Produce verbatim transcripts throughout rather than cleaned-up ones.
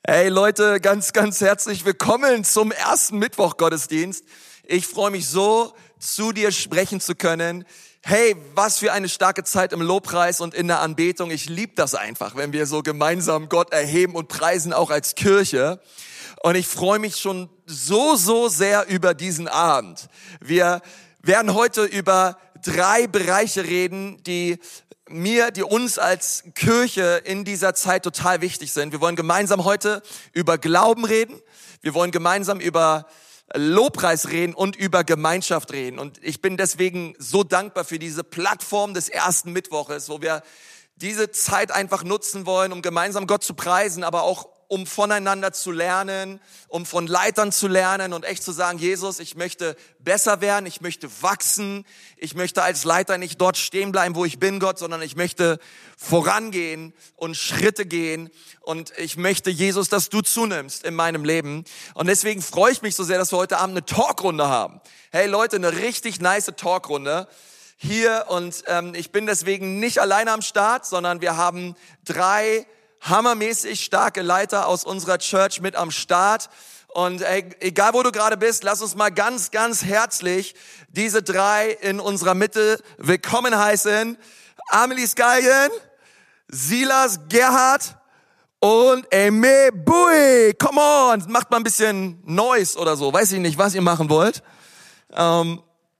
Hey Leute, ganz, ganz herzlich willkommen zum ersten Mittwoch-Gottesdienst. Ich freue mich so, zu dir sprechen zu können. Hey, was für eine starke Zeit im Lobpreis und in der Anbetung. Ich liebe das einfach, wenn wir so gemeinsam Gott erheben und preisen, auch als Kirche. Und ich freue mich schon so, so sehr über diesen Abend. Wir werden heute über drei Bereiche reden, die mir, die uns als Kirche in dieser Zeit total wichtig sind. Wir wollen gemeinsam heute über Glauben reden. Wir wollen gemeinsam über Lobpreis reden und über Gemeinschaft reden. Und ich bin deswegen so dankbar für diese Plattform des ersten Mittwoches, wo wir diese Zeit einfach nutzen wollen, um gemeinsam Gott zu preisen, aber auch um voneinander zu lernen, um von Leitern zu lernen und echt zu sagen, Jesus, ich möchte besser werden, ich möchte wachsen, ich möchte als Leiter nicht dort stehen bleiben, wo ich bin, Gott, sondern ich möchte vorangehen und Schritte gehen und ich möchte, Jesus, dass du zunimmst in meinem Leben. Und deswegen freue ich mich so sehr, dass wir heute Abend eine Talkrunde haben. Hey Leute, eine richtig nice Talkrunde hier und ähm, ich bin deswegen nicht alleine am Start, sondern wir haben drei hammermäßig starke Leiter aus unserer Church mit am Start. Und ey, egal wo du gerade bist, lass uns mal ganz, ganz herzlich diese drei in unserer Mitte willkommen heißen. Amelie Skalgen, Silas Gerhard und Aimé Bui. Come on, macht mal ein bisschen Noise oder so. Weiß ich nicht, was ihr machen wollt. Ähm,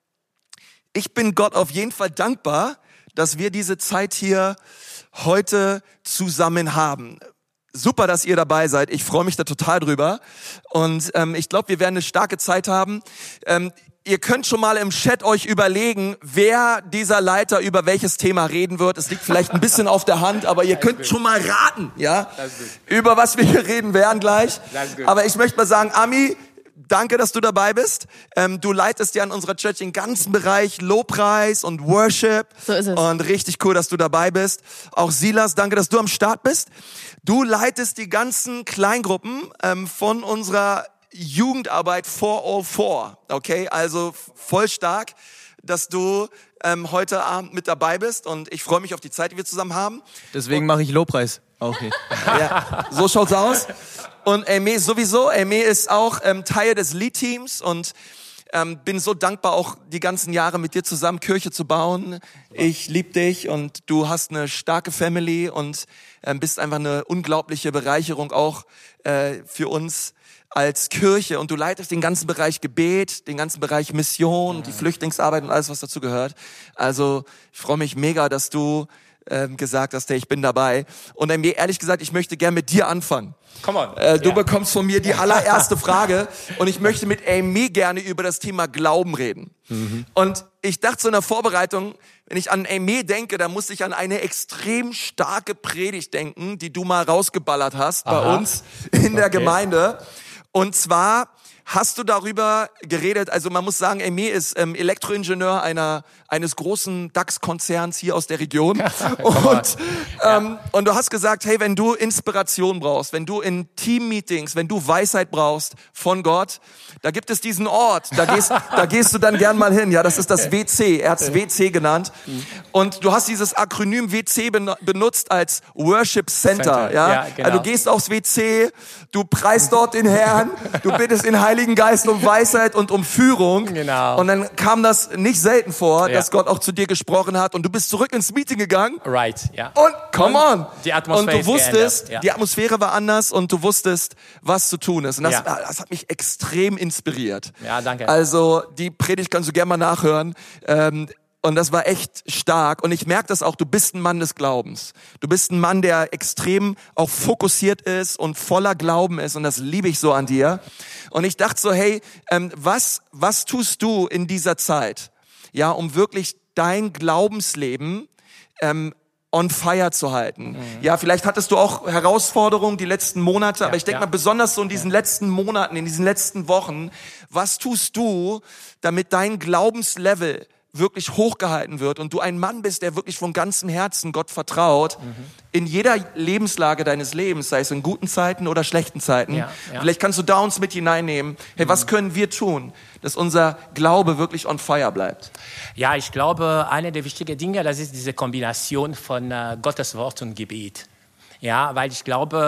ich bin Gott auf jeden Fall dankbar, dass wir diese Zeit hier heute zusammen haben. Super, dass ihr dabei seid. Ich freue mich da total drüber. Und ähm, ich glaube, wir werden eine starke Zeit haben. Ähm, ihr könnt schon mal im Chat euch überlegen, wer dieser Leiter über welches Thema reden wird. Es liegt vielleicht ein bisschen auf der Hand, aber ihr könnt schon mal raten, ja, über was wir hier reden werden gleich. Aber ich möchte mal sagen, Ami, danke, dass du dabei bist. Ähm, du leitest ja in unserer Church den ganzen Bereich Lobpreis und Worship. So ist es. Und richtig cool, dass du dabei bist. Auch Silas, danke, dass du am Start bist. Du leitest die ganzen Kleingruppen ähm, von unserer Jugendarbeit four oh four. Okay, also voll stark, dass du ähm, heute Abend mit dabei bist. Und ich freue mich auf die Zeit, die wir zusammen haben. Deswegen mache ich Lobpreis auch hier. Ja, so schaut's aus. Und Aimé sowieso. Aimé ist auch ähm, Teil des Lead-Teams und ähm, bin so dankbar, auch die ganzen Jahre mit dir zusammen Kirche zu bauen. Ich liebe dich und du hast eine starke Family und ähm, bist einfach eine unglaubliche Bereicherung auch äh, für uns als Kirche. Und du leitest den ganzen Bereich Gebet, den ganzen Bereich Mission, die Flüchtlingsarbeit und alles, was dazu gehört. Also ich freue mich mega, dass du ähm, gesagt hast, hey, ich bin dabei. Und Aimé, ehrlich gesagt, ich möchte gerne mit dir anfangen. Come on. Äh, du ja. bekommst von mir die allererste Frage und ich möchte mit Aimé gerne über das Thema Glauben reden. Mhm. Und ich dachte so in der Vorbereitung, wenn ich an Aimé denke, dann muss ich an eine extrem starke Predigt denken, die du mal rausgeballert hast Aha. bei uns in der Okay. Gemeinde. Und zwar hast du darüber geredet, also man muss sagen, Aimé ist ähm, Elektroingenieur einer eines großen DAX-Konzerns hier aus der Region. und, ähm, und du hast gesagt, hey, wenn du Inspiration brauchst, wenn du in Team-Meetings, wenn du Weisheit brauchst von Gott, da gibt es diesen Ort, da gehst, da gehst du dann gern mal hin. Ja, das ist das W C, er hat's W C genannt. Und du hast dieses Akronym W C ben- benutzt als Worship Center. Center, Ja, ja, genau. Also du gehst aufs W C, du preist dort den Herrn, du bittest den Heiligen Geist um Weisheit und um Führung. Genau. Und dann kam das nicht selten vor, Ja. dass Gott auch zu dir gesprochen hat und du bist zurück ins Meeting gegangen. Right, ja. Und come on. Die Atmosphäre und du ist wusstest, geändert, ja. die Atmosphäre war anders und du wusstest, was zu tun ist. Und das, Ja. das hat mich extrem inspiriert. Ja, danke. Also die Predigt kannst du gerne mal nachhören. Ähm, Und das war echt stark. Und ich merke das auch, du bist ein Mann des Glaubens. Du bist ein Mann, der extrem auch fokussiert ist und voller Glauben ist. Und das liebe ich so an dir. Und ich dachte so, hey, ähm, was, was tust du in dieser Zeit, ja, um wirklich dein Glaubensleben ähm, on fire zu halten? Mhm. Ja, vielleicht hattest du auch Herausforderungen die letzten Monate, Ja, aber ich denke ja. mal besonders so in diesen ja. letzten Monaten, in diesen letzten Wochen. Was tust du, damit dein Glaubenslevel wirklich hochgehalten wird und du ein Mann bist, der wirklich von ganzem Herzen Gott vertraut, mhm. in jeder Lebenslage deines Lebens, sei es in guten Zeiten oder schlechten Zeiten. Ja, ja. Vielleicht kannst du da uns mit hineinnehmen. Hey, mhm. was können wir tun, dass unser Glaube wirklich on fire bleibt? Ja, ich glaube, eine der wichtigen Dinge, das ist diese Kombination von äh, Gottes Wort und Gebet. Ja, weil ich glaube,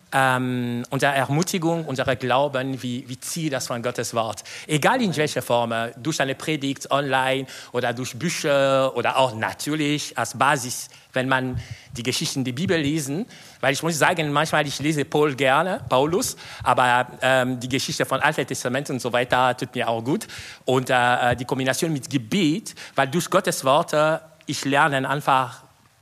ähm, unsere Ermutigung, unser Glauben, wie, wie zieht das von Gottes Wort. Egal in welcher Form, durch eine Predigt online oder durch Bücher oder auch natürlich als Basis, wenn man die Geschichten der Bibel lesen. Weil ich muss sagen, manchmal ich lese Paul gerne, Paulus, aber ähm, die Geschichte von Alten Testament und so weiter tut mir auch gut. Und äh, die Kombination mit Gebet, weil durch Gottes Worte ich lerne einfach,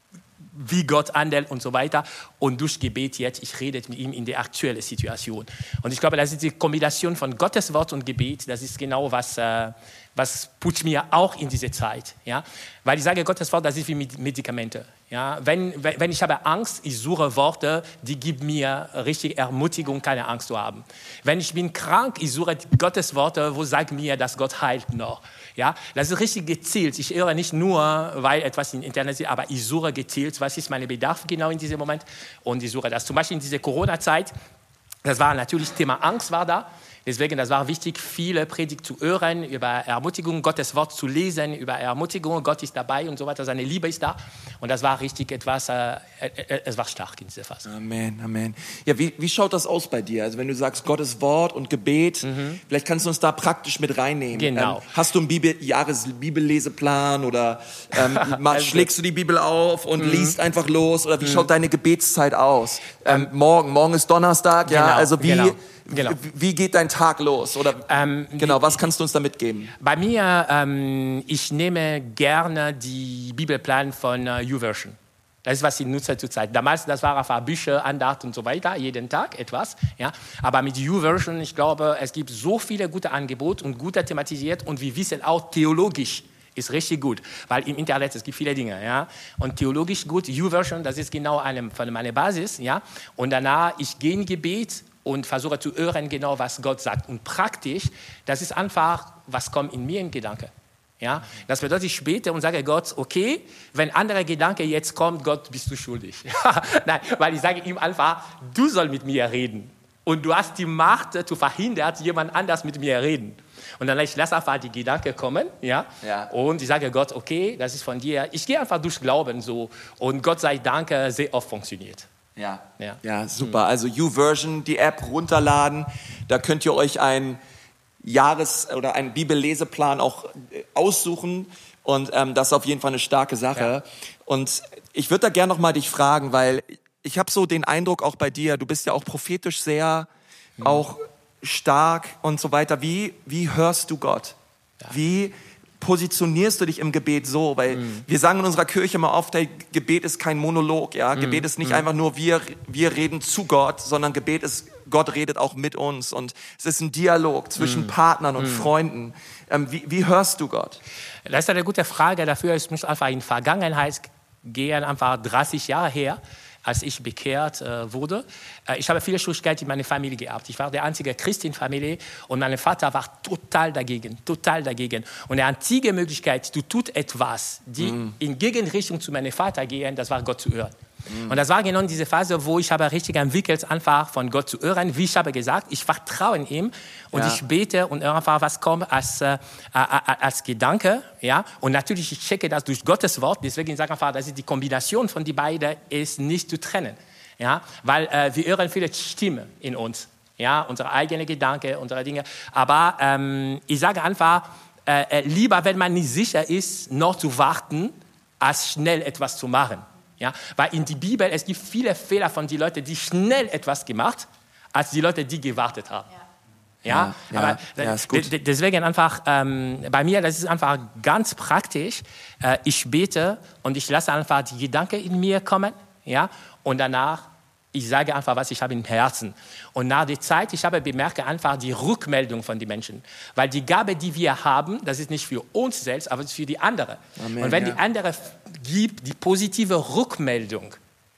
wie Gott handelt und so weiter. Und durch Gebet jetzt, ich rede mit ihm in der aktuellen Situation. Und ich glaube, das ist die Kombination von Gottes Wort und Gebet. Das ist genau, was, äh, was pusht mir auch in diese Zeit. Ja? Weil ich sage, Gottes Wort, das ist wie mit Medikamente. Ja? Wenn, wenn ich habe Angst, ich suche Worte, die geben mir richtig Ermutigung, keine Angst zu haben. Wenn ich bin krank, ich suche Gottes Worte, wo sagt mir, dass Gott heilt noch. Ja, das ist richtig gezielt. Ich höre nicht nur, weil etwas im Internet ist, aber ich suche gezielt, was ist mein Bedarf genau in diesem Moment. Und ich suche das. Zum Beispiel in dieser Corona-Zeit, das war natürlich Thema Angst war da. Deswegen, das war wichtig, viele Predigt zu hören, über Ermutigung, Gottes Wort zu lesen, über Ermutigung, Gott ist dabei und so weiter, seine Liebe ist da. Und das war richtig etwas, äh, äh, es war stark in dieser Phase. Amen, Amen. Ja, wie, wie schaut das aus bei dir? Also wenn du sagst Gottes Wort und Gebet, mhm. vielleicht kannst du uns da praktisch mit reinnehmen. Genau. Ähm, hast du einen Bibel, Jahres-Bibelleseplan oder ähm, mal, schlägst du die Bibel auf und mhm. liest einfach los? Oder wie mhm. schaut deine Gebetszeit aus? Ähm, morgen, morgen ist Donnerstag, ja, genau, also wie... Genau. Genau. Wie geht dein Tag los? Oder ähm, genau, was kannst du uns da mitgeben? Bei mir, ähm, ich nehme gerne die Bibelplan von äh, YouVersion. Das ist, was ich nutze zurzeit. Damals, das war einfach Bücher, Andacht und so weiter, jeden Tag etwas. Ja. Aber mit YouVersion, ich glaube, es gibt so viele gute Angebote und gut thematisiert und wir wissen auch theologisch, ist richtig gut, weil im Internet es gibt viele Dinge, ja, und theologisch gut. YouVersion, das ist genau eine von meiner Basis, ja. Und danach ich gehe in Gebet und versuche zu hören genau, was Gott sagt. Und praktisch, das ist einfach, was kommt in mir in Gedanke. Ja, das bedeutet, ich bete und sage Gott, okay, wenn andere Gedanke jetzt kommt, Gott, bist du schuldig. Nein, weil ich sage ihm einfach, du sollst mit mir reden. Und du hast die Macht, zu verhindern, jemand anders mit mir reden. Und dann ich lasse einfach die Gedanken kommen, ja? Ja. Und ich sage Gott, okay, das ist von dir. Ich gehe einfach durch Glauben so. Und Gott sei Dank, sehr oft funktioniert. Ja. Ja. Ja, super. Also YouVersion, die App runterladen. Da könnt ihr euch ein Jahres- oder einen Bibelleseplan auch aussuchen. Und ähm, das ist auf jeden Fall eine starke Sache. Ja. Und ich würde da gerne noch mal dich fragen, weil ich habe so den Eindruck auch bei dir, du bist ja auch prophetisch sehr, mhm. auch stark und so weiter. Wie, wie hörst du Gott? Ja. Wie positionierst du dich im Gebet so? Weil mm. wir sagen in unserer Kirche mal oft, hey, Gebet ist kein Monolog. Ja? Mm. Gebet ist nicht mm. einfach nur, wir, wir reden zu Gott, sondern Gebet ist, Gott redet auch mit uns. Und es ist ein Dialog zwischen mm. Partnern und mm. Freunden. Ähm, wie, wie hörst du Gott? Das ist eine gute Frage. Dafür ich muss einfach in Vergangenheit gehen, einfach dreißig Jahre her, als ich bekehrt äh, wurde. Äh, ich habe viele Schwierigkeiten in meiner Familie gehabt. Ich war der einzige Christ in der Familie und mein Vater war total dagegen, total dagegen. Und die einzige Möglichkeit, du tust etwas, die mm. in Gegenrichtung zu meinem Vater gehen, das war Gott zu hören. Mm. Und das war genau diese Phase, wo ich habe richtig entwickelt, einfach von Gott zu hören. Wie ich habe gesagt, ich vertraue ihm und ja. ich bete und höre einfach, was kommt als, äh, als Gedanke. Ja? Und natürlich, ich checke das durch Gottes Wort. Deswegen sage ich einfach, dass die Kombination von den beiden ist nicht zu trennen. Ja? Weil äh, wir hören viele Stimmen in uns. Ja? Unsere eigenen Gedanken, unsere Dinge. Aber ähm, ich sage einfach, äh, lieber, wenn man nicht sicher ist, noch zu warten, als schnell etwas zu machen. Ja, weil in der Bibel, es gibt viele Fehler von den Leuten, die schnell etwas gemacht, als die Leute, die gewartet haben. Ja, ja, aber ja, ja, ist gut. D- deswegen einfach, ähm, bei mir, das ist einfach ganz praktisch. Äh, ich bete und ich lasse einfach die Gedanken in mir kommen, ja, und danach, ich sage einfach, was ich habe im Herzen. Und nach der Zeit, ich habe bemerkt einfach die Rückmeldung von den Menschen. Weil die Gabe, die wir haben, das ist nicht für uns selbst, aber für die anderen. Amen, und wenn ja. die andere gibt, die positive Rückmeldung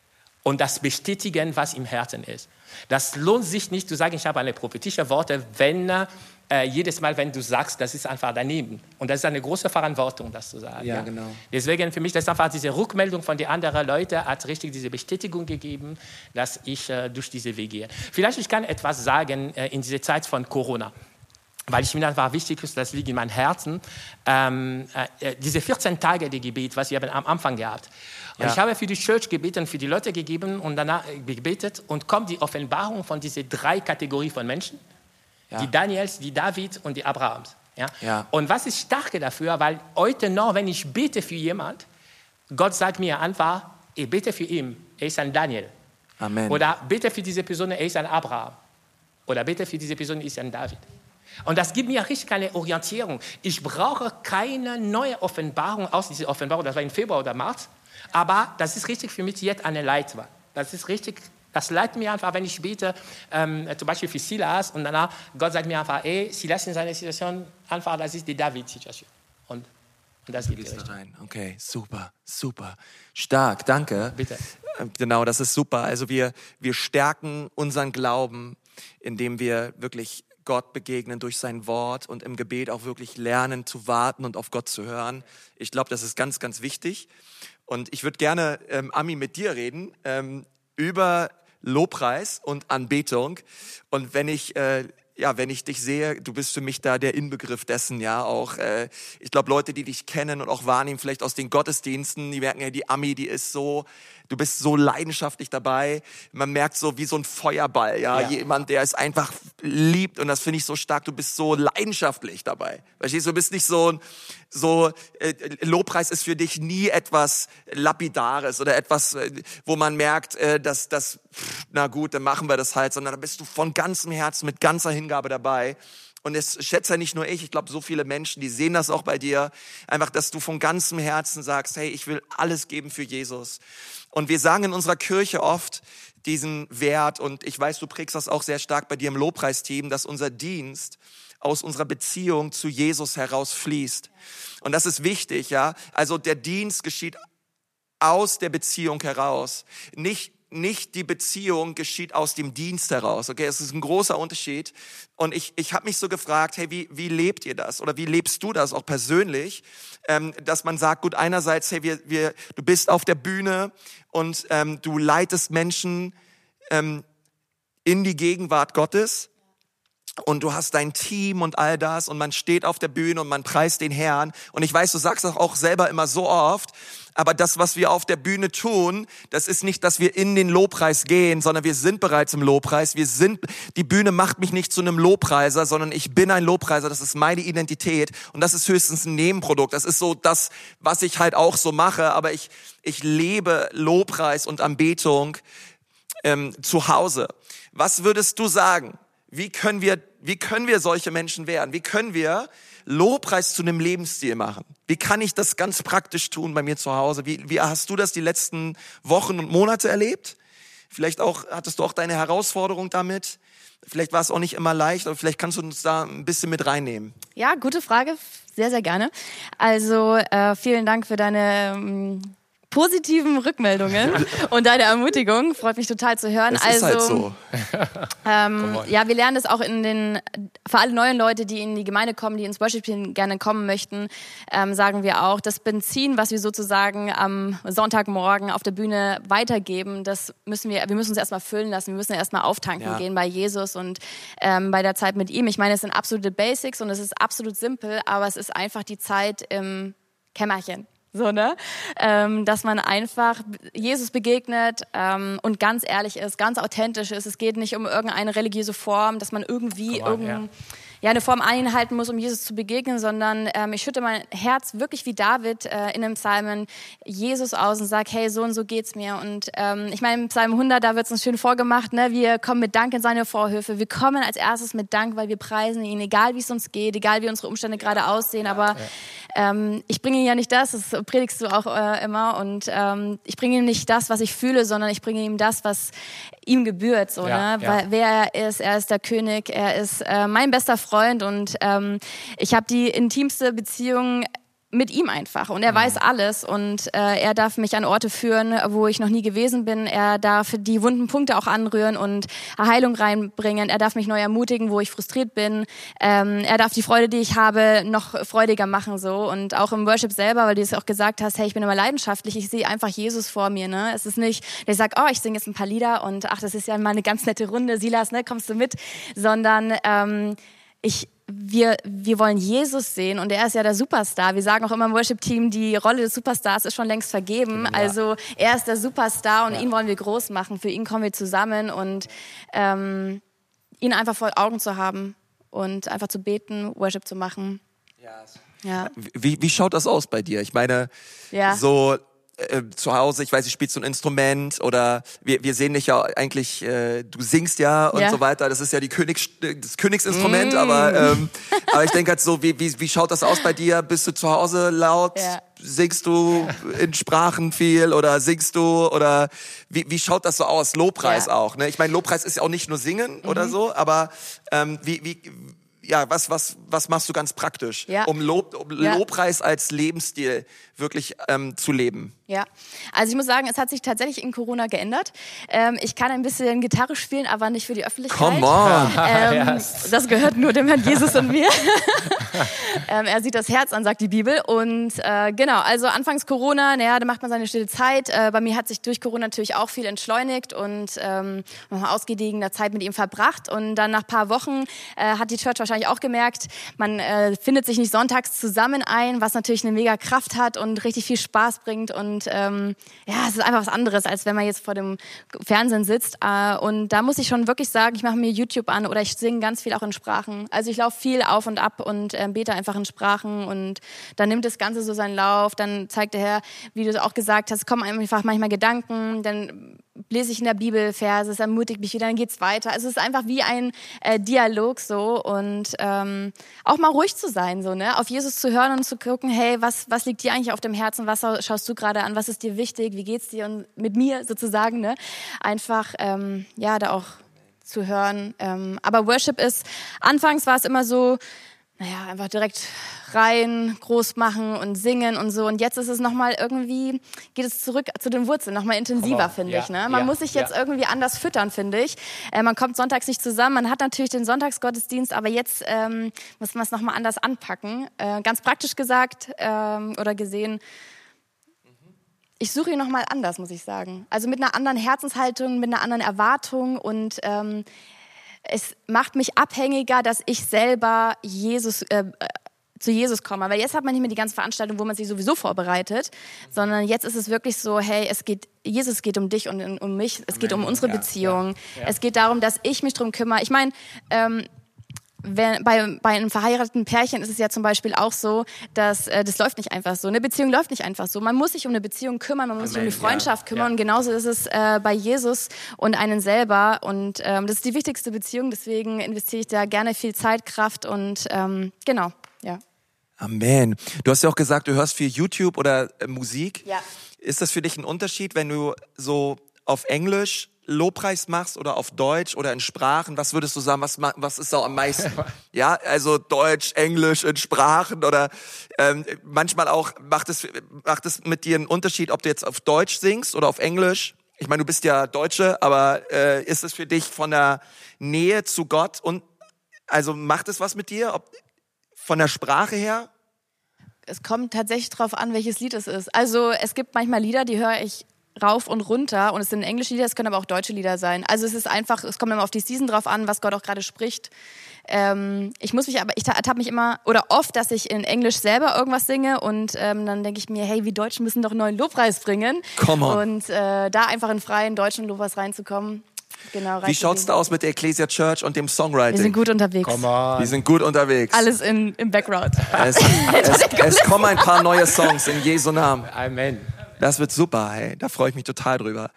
und das bestätigen, was im Herzen ist. Das lohnt sich nicht zu sagen, ich habe eine prophetische Worte, wenn äh, jedes Mal, wenn du sagst, das ist einfach daneben. Und das ist eine große Verantwortung, das zu sagen. Ja, ja. genau. Deswegen für mich, das ist einfach diese Rückmeldung von den anderen Leuten, hat richtig diese Bestätigung gegeben, dass ich äh, durch diese Wege gehe. Vielleicht ich kann etwas sagen äh, in dieser Zeit von Corona. weil ich mir einfach wichtig ist, das liegt in meinem Herzen, ähm, äh, diese vierzehn Tage die Gebet, was wir haben am Anfang gehabt. Und ja. ich habe für die Church gebeten, für die Leute gegeben und danach gebetet und kommt die Offenbarung von diesen drei Kategorien von Menschen, ja. die Daniels, die David und die Abrahams. Ja? Ja. Und was ist stark dafür, weil heute noch, wenn ich bete für jemand, Gott sagt mir einfach, ich bete für ihn, er ist ein Daniel. Amen. Oder bete für diese Person, er ist ein Abraham. Oder bete für diese Person, er ist ein David. Und das gibt mir richtig eine Orientierung. Ich brauche keine neue Offenbarung aus dieser Offenbarung, das war im Februar oder März, aber das ist richtig für mich jetzt eine Leitwahl. Das ist richtig, das leitet mir einfach, wenn ich bete, ähm, zum Beispiel für Silas und danach, Gott sagt mir einfach, ey, Silas in seiner Situation, einfach, das ist die David-Situation. Und, und das gibt es rein. Okay, super, super. Stark, danke. Bitte. Genau, das ist super. Also wir, wir stärken unseren Glauben, indem wir wirklich Gott begegnen durch sein Wort und im Gebet auch wirklich lernen zu warten und auf Gott zu hören. Ich glaube, das ist ganz, ganz wichtig. Und ich würde gerne, ähm, Ami, mit dir reden ähm, über Lobpreis und Anbetung. Und wenn ich, äh, ja, wenn ich dich sehe, du bist für mich da der Inbegriff dessen, ja, auch, äh, ich glaube, Leute, die dich kennen und auch wahrnehmen, vielleicht aus den Gottesdiensten, die merken ja, die Ami, die ist so, du bist so leidenschaftlich dabei. Man merkt so wie so ein Feuerball, ja, ja. Jemand, der es einfach liebt und das finde ich so stark. Du bist so leidenschaftlich dabei. Verstehst du? Du bist nicht so, so äh, Lobpreis ist für dich nie etwas Lapidares oder etwas, äh, wo man merkt, äh, dass das, na gut, dann machen wir das halt, sondern da bist du von ganzem Herzen mit ganzer Hingabe dabei. Und es schätzt ja nicht nur ich, ich glaube, so viele Menschen, die sehen das auch bei dir, einfach, dass du von ganzem Herzen sagst, hey, ich will alles geben für Jesus. Und wir sagen in unserer Kirche oft diesen Wert, und ich weiß, du prägst das auch sehr stark bei dir im Lobpreisteam, dass unser Dienst aus unserer Beziehung zu Jesus herausfließt. Und das ist wichtig, ja. Also der Dienst geschieht aus der Beziehung heraus, nicht Nicht die Beziehung geschieht aus dem Dienst heraus. Okay, es ist ein großer Unterschied. Und ich, ich habe mich so gefragt, hey, wie, wie lebt ihr das? Oder wie lebst du das auch persönlich? Ähm, dass man sagt, gut, einerseits, hey, wir, wir, du bist auf der Bühne und ähm, du leitest Menschen ähm, in die Gegenwart Gottes. Und du hast dein Team und all das und man steht auf der Bühne und man preist den Herrn. Und ich weiß, du sagst das auch selber immer so oft, aber das, was wir auf der Bühne tun, das ist nicht, dass wir in den Lobpreis gehen, sondern wir sind bereits im Lobpreis. Wir sind, die Bühne macht mich nicht zu einem Lobpreiser, sondern ich bin ein Lobpreiser. Das ist meine Identität und das ist höchstens ein Nebenprodukt. Das ist so das, was ich halt auch so mache, aber ich, ich lebe Lobpreis und Anbetung ähm, zu Hause. Was würdest du sagen? Wie können wir, wie können wir solche Menschen werden? Wie können wir Lobpreis zu einem Lebensstil machen? Wie kann ich das ganz praktisch tun bei mir zu Hause? Wie, wie hast du das die letzten Wochen und Monate erlebt? Vielleicht auch, hattest du auch deine Herausforderung damit? Vielleicht war es auch nicht immer leicht, aber vielleicht kannst du uns da ein bisschen mit reinnehmen. Ja, gute Frage. Sehr, sehr gerne. Also, äh, vielen Dank für deine ähm, positiven Rückmeldungen und deine Ermutigung. Freut mich total zu hören. Es also, ist halt so. ähm, ja, wir lernen das auch in den, für alle neuen Leute, die in die Gemeinde kommen, die ins Worship-Team gerne kommen möchten, ähm, sagen wir auch, das Benzin, was wir sozusagen am Sonntagmorgen auf der Bühne weitergeben, das müssen wir, wir müssen uns erstmal füllen lassen, wir müssen erstmal auftanken ja. gehen bei Jesus und ähm, bei der Zeit mit ihm. Ich meine, es sind absolute Basics und es ist absolut simpel, aber es ist einfach die Zeit im Kämmerchen. So, ne? Ähm, dass man einfach Jesus begegnet ähm, und ganz ehrlich ist, ganz authentisch ist. Es geht nicht um irgendeine religiöse Form, dass man irgendwie on, irgendein, ja. ja, eine Form einhalten muss, um Jesus zu begegnen, sondern ähm, ich schütte mein Herz wirklich wie David äh, in einem Psalmen Jesus aus und sage, hey, so und so geht's mir. Und ähm, ich meine, im Psalm hundert, da wird's uns schön vorgemacht, ne? Wir kommen mit Dank in seine Vorhöfe. Wir kommen als erstes mit Dank, weil wir preisen ihn, egal wie es uns geht, egal wie unsere Umstände gerade aussehen, aber ja. Ähm, ich bringe ihm ja nicht das, das predigst du auch äh, immer, und ähm, ich bringe ihm nicht das, was ich fühle, sondern ich bringe ihm das, was ihm gebührt, so, ja, ne? Ja. Weil wer er ist, er ist der König, er ist äh, mein bester Freund und ähm, ich habe die intimste Beziehung mit ihm einfach und er weiß alles und äh, er darf mich an Orte führen, wo ich noch nie gewesen bin. Er darf die wunden Punkte auch anrühren und Heilung reinbringen. Er darf mich neu ermutigen, wo ich frustriert bin. Ähm, er darf die Freude, die ich habe, noch freudiger machen, so. Und auch im Worship selber, weil du es auch gesagt hast, hey, ich bin immer leidenschaftlich, ich sehe einfach Jesus vor mir, ne? Es ist nicht, der sagt, oh, ich singe jetzt ein paar Lieder und ach, das ist ja mal eine ganz nette Runde, Silas, ne, kommst du mit? Sondern ähm, ich wir, wir wollen Jesus sehen und er ist ja der Superstar. Wir sagen auch immer im Worship-Team, die Rolle des Superstars ist schon längst vergeben. Ja. Also er ist der Superstar und ja. ihn wollen wir groß machen. Für ihn kommen wir zusammen und ähm, ihn einfach vor Augen zu haben und einfach zu beten, Worship zu machen. Ja. Ja. Wie, wie schaut das aus bei dir? Ich meine, ja. so äh, zu Hause, ich weiß, du spielst so ein Instrument oder wir, wir sehen dich ja eigentlich, äh, du singst ja und ja. so weiter. Das ist ja die Königs, das Königsinstrument, mm. aber, ähm, aber ich denke halt so, wie, wie, wie schaut das aus bei dir? Bist du zu Hause laut? Ja. Singst du ja. in Sprachen viel oder singst du oder wie, wie schaut das so aus? Lobpreis ja. auch, ne? Ich meine, Lobpreis ist ja auch nicht nur singen mhm. oder so, aber ähm, wie, wie, ja, was, was, was machst du ganz praktisch, ja. um, Lob, um ja. Lobpreis als Lebensstil wirklich ähm, zu leben? Ja, also ich muss sagen, es hat sich tatsächlich in Corona geändert. Ähm, ich kann ein bisschen Gitarre spielen, aber nicht für die Öffentlichkeit. Come on! Ähm, yes. Das gehört nur dem Herrn Jesus und mir. ähm, er sieht das Herz an, sagt die Bibel. Und äh, genau, also anfangs Corona, naja, da macht man seine stille Zeit. Äh, bei mir hat sich durch Corona natürlich auch viel entschleunigt und ähm, nochmal ausgediegener Zeit mit ihm verbracht. Und dann nach ein paar Wochen äh, hat die Church wahrscheinlich auch gemerkt, man äh, findet sich nicht sonntags zusammen ein, was natürlich eine mega Kraft hat und richtig viel Spaß bringt. Und ähm, ja, es ist einfach was anderes, als wenn man jetzt vor dem Fernsehen sitzt. Äh, und da muss ich schon wirklich sagen, ich mache mir YouTube an oder ich singe ganz viel auch in Sprachen. Also ich laufe viel auf und ab und äh, bete einfach in Sprachen und dann nimmt das Ganze so seinen Lauf. Dann zeigt der Herr, wie du es auch gesagt hast, kommen einfach manchmal Gedanken, dann lese ich in der Bibel Verse, es ermutigt mich wieder, dann geht's weiter. Also es ist einfach wie ein äh, Dialog so und ähm, auch mal ruhig zu sein, so ne, auf Jesus zu hören und zu gucken, hey, was was liegt dir eigentlich auf dem Herzen, was schaust du gerade an, was ist dir wichtig, wie geht's dir und mit mir sozusagen, ne, einfach ähm, ja da auch zu hören. Ähm, aber Worship ist, anfangs war es immer so, naja, einfach direkt rein, groß machen und singen und so. Und jetzt ist es nochmal irgendwie, geht es zurück zu den Wurzeln, nochmal intensiver, finde ja, ich. Ne? Man ja, muss sich jetzt ja. irgendwie anders füttern, finde ich. Äh, man kommt sonntags nicht zusammen, man hat natürlich den Sonntagsgottesdienst, aber jetzt ähm, muss man es nochmal anders anpacken. Äh, ganz praktisch gesagt ähm, oder gesehen, ich suche ihn nochmal anders, muss ich sagen. Also mit einer anderen Herzenshaltung, mit einer anderen Erwartung und ähm, es macht mich abhängiger, dass ich selber Jesus, äh, zu Jesus komme. Weil jetzt hat man nicht mehr die ganze Veranstaltung, wo man sich sowieso vorbereitet, sondern jetzt ist es wirklich so, hey, es geht, Jesus geht um dich und um mich, es geht um unsere Beziehung. Ja, ja. Es geht darum, dass ich mich drum kümmere. Ich meine, ähm, Wenn, bei, bei einem verheirateten Pärchen ist es ja zum Beispiel auch so, dass äh, das läuft nicht einfach so. Eine Beziehung läuft nicht einfach so. Man muss sich um eine Beziehung kümmern, man muss Amen, sich um eine Freundschaft ja, kümmern. Ja. Und genauso ist es äh, bei Jesus und einen selber. Und ähm, das ist die wichtigste Beziehung. Deswegen investiere ich da gerne viel Zeit, Kraft und ähm, genau, ja. Amen. Du hast ja auch gesagt, du hörst viel YouTube oder äh, Musik. Ja. Ist das für dich ein Unterschied, wenn du so auf Englisch Lobpreis machst oder auf Deutsch oder in Sprachen? Was würdest du sagen, was, was ist da am meisten? Ja, also Deutsch, Englisch, in Sprachen oder ähm, manchmal auch, macht es, macht es mit dir einen Unterschied, ob du jetzt auf Deutsch singst oder auf Englisch? Ich meine, du bist ja Deutsche, aber äh, ist es für dich von der Nähe zu Gott und also macht es was mit dir, ob von der Sprache her? Es kommt tatsächlich drauf an, welches Lied es ist. Also es gibt manchmal Lieder, die höre ich rauf und runter und es sind englische Lieder, es können aber auch deutsche Lieder sein. Also es ist einfach, es kommt immer auf die Season drauf an, was Gott auch gerade spricht. Ähm, ich muss mich aber, ich ertappe mich immer oder oft, dass ich in Englisch selber irgendwas singe und ähm, dann denke ich mir, hey, wir Deutschen müssen doch einen neuen Lobpreis bringen. Come on. Und äh, da einfach in freien deutschen Lobpreis reinzukommen. Genau, wie schaut's da aus mit der Ecclesia Church und dem Songwriting? Wir sind gut unterwegs. Come on. Wir sind gut unterwegs. Alles in, im Background. Es, es, es kommen ein paar neue Songs in Jesu Namen. Amen. Das wird super, hey. Da freue ich mich total drüber.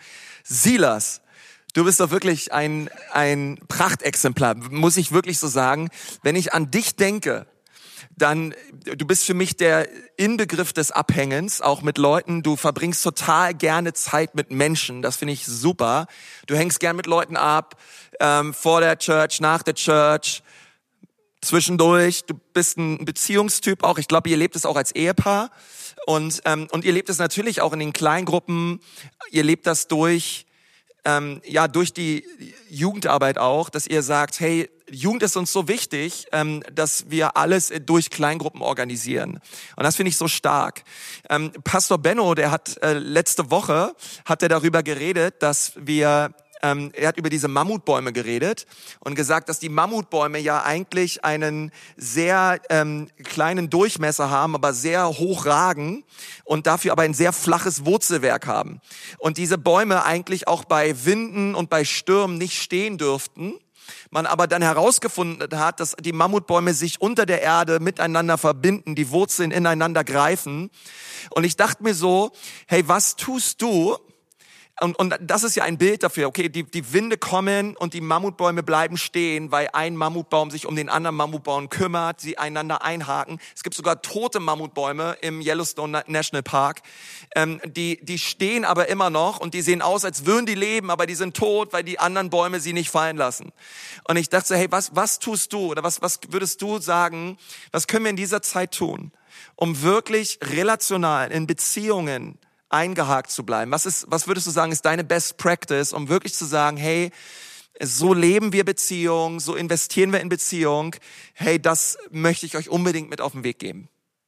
Silas, du bist doch wirklich ein, ein Prachtexemplar, muss ich wirklich so sagen. Wenn ich an dich denke, dann, du bist für mich der Inbegriff des Abhängens, auch mit Leuten. Du verbringst total gerne Zeit mit Menschen. Das finde ich super. Du hängst gern mit Leuten ab, ähm, vor der Church, nach der Church, zwischendurch. Du bist ein Beziehungstyp auch. Ich glaube, ihr lebt es auch als Ehepaar. Und, ähm, und ihr lebt es natürlich auch in den Kleingruppen. Ihr lebt das durch, ähm, ja, durch die Jugendarbeit auch, dass ihr sagt, hey, Jugend ist uns so wichtig, ähm, dass wir alles durch Kleingruppen organisieren. Und das finde ich so stark. Ähm, Pastor Benno, der hat äh, letzte Woche, hat er darüber geredet, dass wir ähm, er hat über diese Mammutbäume geredet und gesagt, dass die Mammutbäume ja eigentlich einen sehr ähm, kleinen Durchmesser haben, aber sehr hoch ragen und dafür aber ein sehr flaches Wurzelwerk haben. Und diese Bäume eigentlich auch bei Winden und bei Stürmen nicht stehen dürften. Man aber dann herausgefunden hat, dass die Mammutbäume sich unter der Erde miteinander verbinden, die Wurzeln ineinander greifen. Und ich dachte mir so, hey, was tust du? Und, und das ist ja ein Bild dafür, okay, die, die Winde kommen und die Mammutbäume bleiben stehen, weil ein Mammutbaum sich um den anderen Mammutbaum kümmert, sie einander einhaken. Es gibt sogar tote Mammutbäume im Yellowstone National Park, ähm, die, die stehen aber immer noch und die sehen aus, als würden die leben, aber die sind tot, weil die anderen Bäume sie nicht fallen lassen. Und ich dachte so, hey, was, was tust du oder was, was würdest du sagen, was können wir in dieser Zeit tun, um wirklich relational in Beziehungen eingehakt zu bleiben? Was ist, was würdest du sagen, ist deine Best Practice, um wirklich zu sagen, hey, so leben wir Beziehung, so investieren wir in Beziehung. Hey, das möchte ich euch unbedingt mit auf den Weg geben.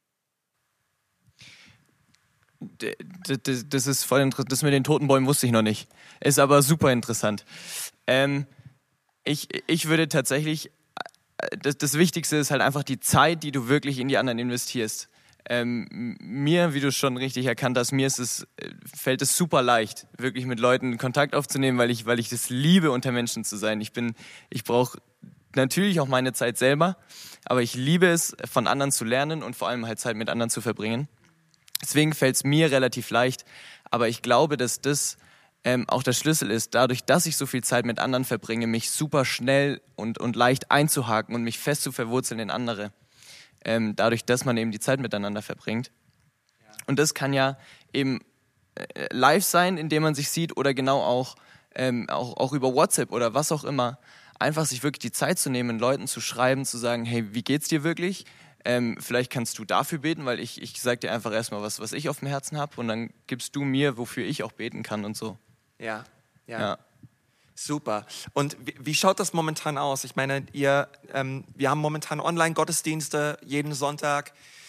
Das, das ist voll interessant. Das mit den toten Bäumen wusste ich noch nicht. Ist aber super interessant. Ähm, ich, ich würde tatsächlich, das, das Wichtigste ist halt einfach die Zeit, die du wirklich in die anderen investierst. Ähm, mir, wie du schon richtig erkannt hast, mir ist es, fällt es super leicht, wirklich mit Leuten Kontakt aufzunehmen, weil ich, weil ich das liebe, unter Menschen zu sein. Ich bin, ich brauche natürlich auch meine Zeit selber, aber ich liebe es, von anderen zu lernen und vor allem halt Zeit mit anderen zu verbringen. Deswegen fällt es mir relativ leicht, aber ich glaube, dass das ähm, auch der Schlüssel ist, dadurch, dass ich so viel Zeit mit anderen verbringe, mich super schnell und, und leicht einzuhaken und mich fest zu verwurzeln in andere. Ähm, dadurch, dass man eben die Zeit miteinander verbringt. Ja. Und das kann ja eben äh, live sein, indem man sich sieht oder genau auch, ähm, auch, auch über WhatsApp oder was auch immer. Einfach sich wirklich die Zeit zu nehmen, Leuten zu schreiben, zu sagen, hey, wie geht's dir wirklich? Ähm, vielleicht kannst du dafür beten, weil ich, ich sag dir einfach erstmal was, was ich auf dem Herzen habe und dann gibst du mir, wofür ich auch beten kann und so. Ja, ja. ja. Super. Und wie, wie schaut das momentan aus? Ich meine, ihr, ähm, wir haben momentan Online-Gottesdienste jeden Sonntag.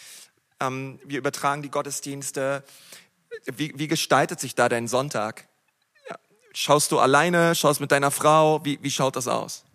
Ähm, wir übertragen die Gottesdienste. Wie, wie gestaltet sich da dein Sonntag? Ja. Schaust du alleine? Schaust mit deiner Frau? Wie, wie schaut das aus?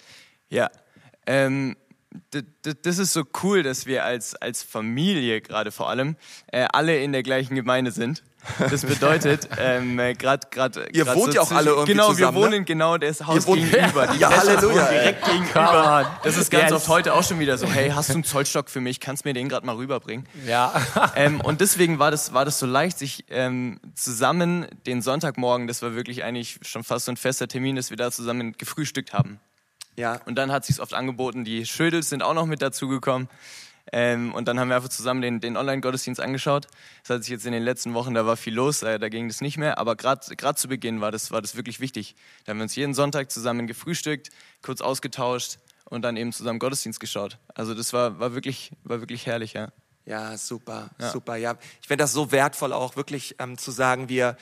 Ja, ähm, d- d- das ist so cool, dass wir als, als Familie gerade vor allem äh, alle in der gleichen Gemeinde sind. Das bedeutet, ähm, gerade gerade ihr grad wohnt so ja auch alle irgendwie genau, zusammen. wir wohnen ne? genau das Haus wohnt, gegenüber. Die ja, Halleluja. direkt gegenüber. Das ist ganz Yes. oft heute auch schon wieder so, hey, hast du einen Zollstock für mich? Kannst du mir den gerade mal rüberbringen? Ja. ähm, und deswegen war das, war das so leicht, sich ähm, zusammen den Sonntagmorgen, das war wirklich eigentlich schon fast so ein fester Termin, dass wir da zusammen gefrühstückt haben. Ja. Und dann hat es sich oft angeboten, die Schödels sind auch noch mit dazugekommen. Ähm, und dann haben wir einfach zusammen den, den Online-Gottesdienst angeschaut. Das hat sich jetzt in den letzten Wochen, da war viel los, äh, da ging das nicht mehr. Aber gerade zu Beginn war das, war das wirklich wichtig. Da haben wir uns jeden Sonntag zusammen gefrühstückt, kurz ausgetauscht und dann eben zusammen Gottesdienst geschaut. Also das war, war, wirklich, war wirklich herrlich, ja. Ja, super, Ja. super. Ja, ich finde das so wertvoll auch wirklich ähm, zu sagen, wir